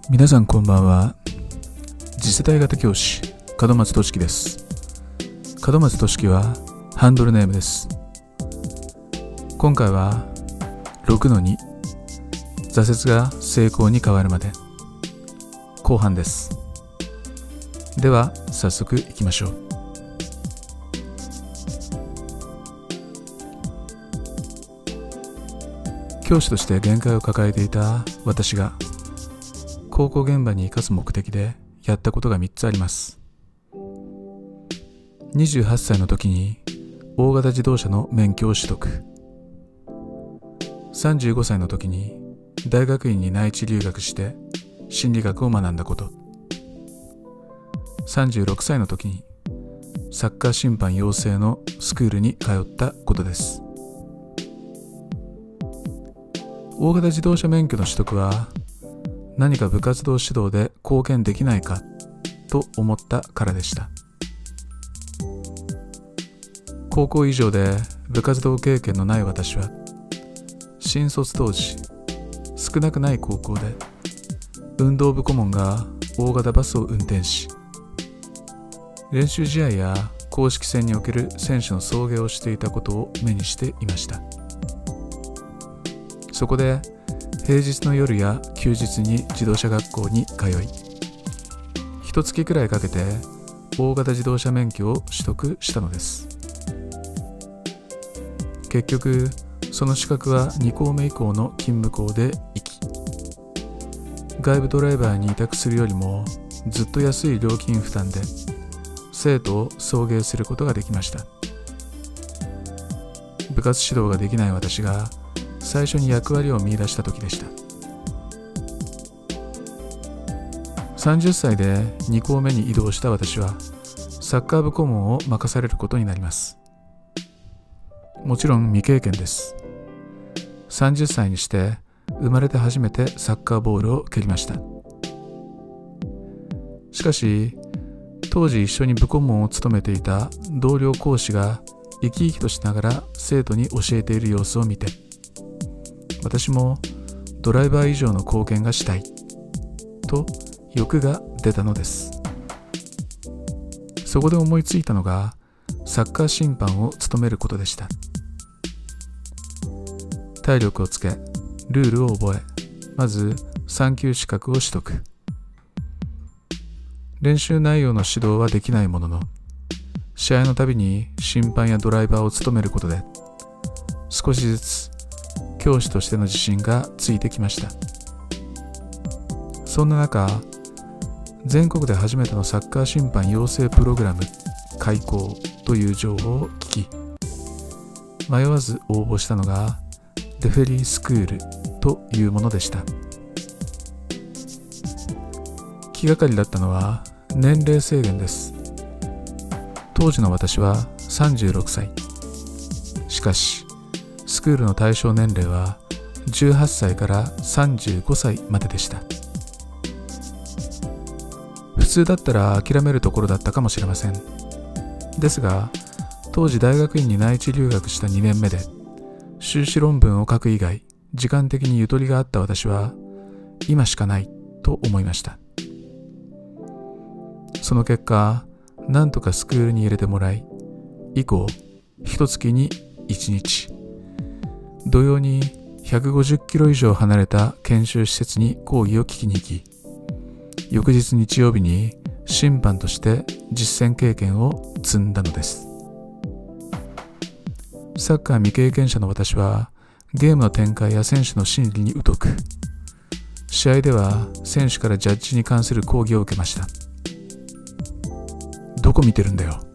皆さんこんばんは。次世代型教師門松俊樹です。門松俊樹はハンドルネームです。今回は 6-2 挫折が成功に変わるまで後半です。では早速いきましょう。教師として限界を抱えていた私が高校現場に生かす目的でやったことが3つあります。28歳の時に大型自動車の免許を取得。35歳の時に大学院に内地留学して心理学を学んだこと。36歳の時にサッカー審判養成のスクールに通ったことです。大型自動車免許の取得は何か部活動指導で貢献できないかと思ったからでした。高校以上で部活動経験のない私は新卒当時少なくない高校で運動部顧問が大型バスを運転し、練習試合や公式戦における選手の送迎をしていたことを目にしていました。そこで平日の夜や休日に自動車学校に通い、1月くらいかけて大型自動車免許を取得したのです。結局その資格は2校目以降の勤務校で生き、外部ドライバーに委託するよりもずっと安い料金負担で生徒を送迎することができました。部活指導ができない私が最初に役割を見出した時でした。30歳で2校目に移動した私はサッカー部顧問を任されることになります。もちろん未経験です。30歳にして生まれて初めてサッカーボールを蹴りました。しかし当時一緒に部顧問を務めていた同僚講師が生き生きとしながら生徒に教えている様子を見て、私もドライバー以上の貢献がしたいと欲が出たのです。そこで思いついたのがサッカー審判を務めることでした。体力をつけ、ルールを覚え、まず3級資格を取得。練習内容の指導はできないものの、試合のたびに審判やドライバーを務めることで少しずつ教師としての自信がついてきました。そんな中、全国で初めてのサッカー審判養成プログラム開講という情報を聞き、迷わず応募したのがレフェリースクールというものでした。気がかりだったのは年齢制限です。当時の私は36歳。しかしスクールの対象年齢は18歳から35歳まででした。普通だったら諦めるところだったかもしれません。ですが、当時大学院に内地留学した2年目で修士論文を書く以外時間的にゆとりがあった私は今しかないと思いました。その結果、なんとかスクールに入れてもらい、以降1月に1日土曜に150キロ以上離れた研修施設に講義を聞きに行き、翌日日曜日に審判として実践経験を積んだのです。サッカー未経験者の私はゲームの展開や選手の心理に疎く、試合では選手からジャッジに関する講義を受けました。どこ見てるんだよ。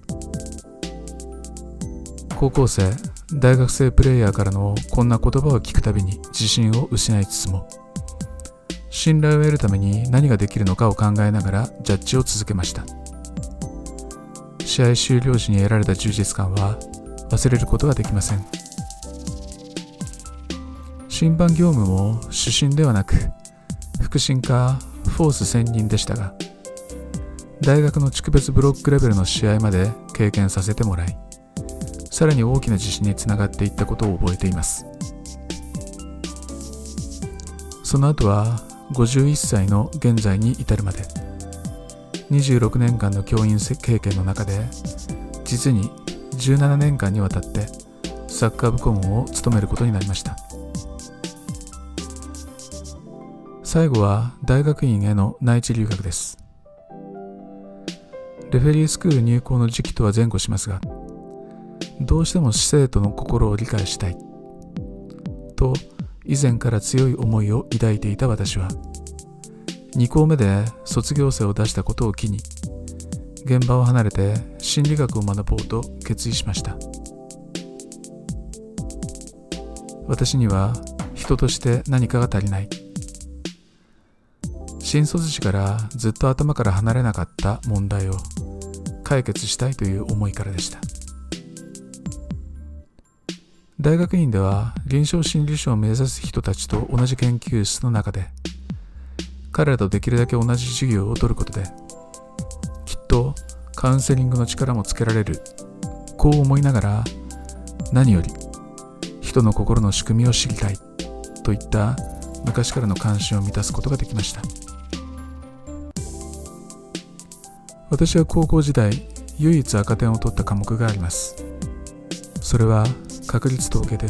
高校生、大学生プレイヤーからのこんな言葉を聞くたびに自信を失いつつも、信頼を得るために何ができるのかを考えながらジャッジを続けました。試合終了時に得られた充実感は忘れることができません。審判業務も主審ではなく副審かフォース専任でしたが、大学の地区別ブロックレベルの試合まで経験させてもらい、さらに大きな自信につながっていったことを覚えています。その後は 51歳の現在に至るまで26年間の教員経験の中で実に17年間にわたってサッカー部顧問を務めることになりました。最後は大学院への内地留学です。レフェリースクール入校の時期とは前後しますが、どうしても生徒の心を理解したいと以前から強い思いを抱いていた私は、2校目で卒業生を出したことを機に現場を離れて心理学を学ぼうと決意しました。私には人として何かが足りない。新卒時からずっと頭から離れなかった問題を解決したいという思いからでした。大学院では臨床心理士を目指す人たちと同じ研究室の中で、彼らとできるだけ同じ授業を取ることで、きっとカウンセリングの力もつけられる、こう思いながら、何より人の心の仕組みを知りたいといった昔からの関心を満たすことができました。私は高校時代、唯一赤点を取った科目があります。それは確率統計です。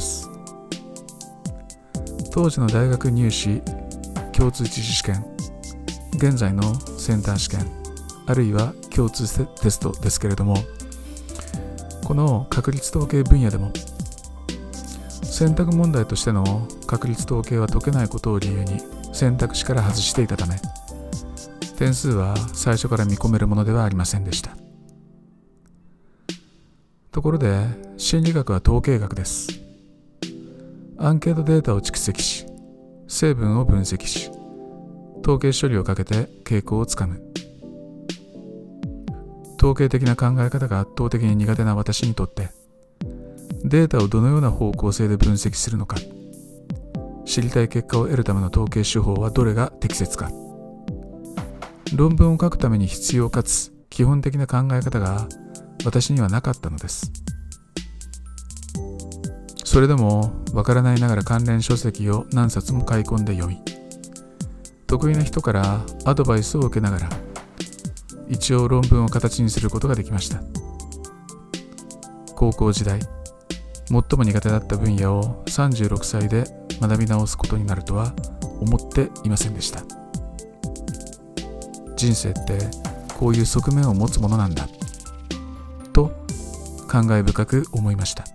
当時の大学入試共通一次試験、現在のセンター試験、あるいは共通テストですけれども、この確率統計分野でも選択問題としての確率統計は解けないことを理由に選択肢から外していたため、点数は最初から見込めるものではありませんでした。ところで心理学は統計学です。アンケートデータを蓄積し、成分を分析し、統計処理をかけて傾向をつかむ。統計的な考え方が圧倒的に苦手な私にとって、データをどのような方向性で分析するのか、知りたい結果を得るための統計手法はどれが適切か、論文を書くために必要かつ基本的な考え方が私にはなかったのです。それでもわからないながら関連書籍を何冊も買い込んで読み、得意な人からアドバイスを受けながら一応論文を形にすることができました。高校時代、最も苦手だった分野を36歳で学び直すことになるとは思っていませんでした。人生ってこういう側面を持つものなんだと感慨深く思いました。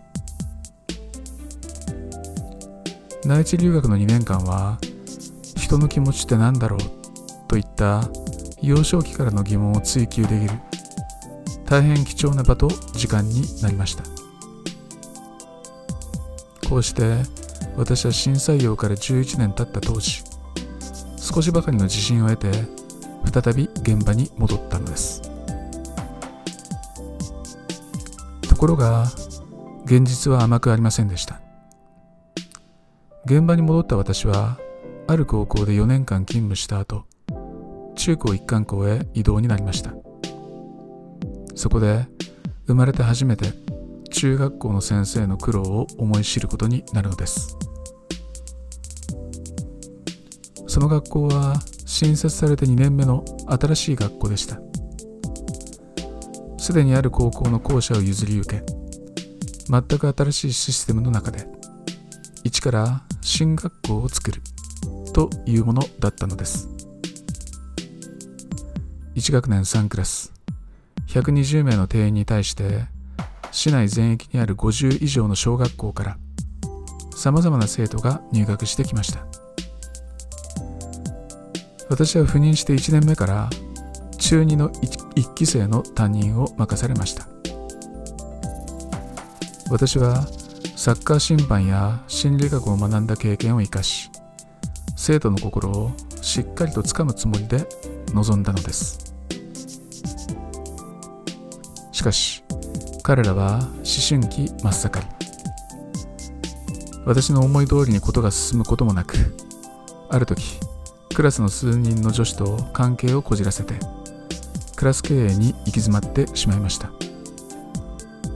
内地留学の2年間は、人の気持ちって何だろうといった幼少期からの疑問を追求できる大変貴重な場と時間になりました。こうして私は新採用から11年経った当時、少しばかりの自信を得て再び現場に戻ったのです。ところが現実は甘くありませんでした。現場に戻った私はある高校で4年間勤務した後、中高一貫校へ異動になりました。そこで生まれて初めて中学校の先生の苦労を思い知ることになるのです。その学校は新設されて2年目の新しい学校でした。すでにある高校の校舎を譲り受け、全く新しいシステムの中で一から新学校を作るというものだったのです。1学年3クラス、120名の定員に対して市内全域にある50以上の小学校からさまざまな生徒が入学してきました。私は赴任して1年目から中2の1期生の担任を任されました。私はサッカー審判や心理学を学んだ経験を生かし、生徒の心をしっかりとつかむつもりで臨んだのです。しかし彼らは思春期真っ盛り。私の思い通りにことが進むこともなく、ある時クラスの数人の女子と関係をこじらせてクラス経営に行き詰まってしまいました。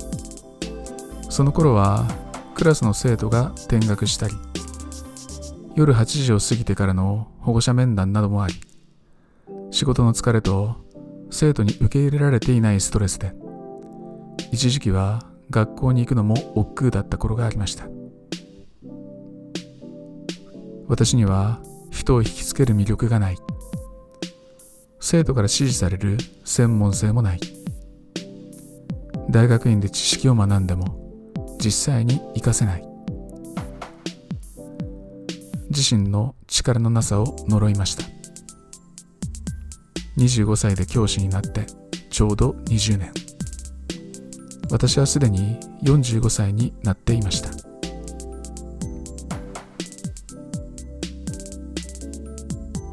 その頃はクラスの生徒が転学したり、 夜8時を過ぎてからの保護者面談などもあり、仕事の疲れと生徒に受け入れられていないストレスで、一時期は学校に行くのも億劫だった頃がありました。私には人を引きつける魅力がない。生徒から支持される専門性もない。大学院で知識を学んでも実際に活かせない。自身の力のなさを呪いました。25歳で教師になってちょうど20年。私はすでに45歳になっていました。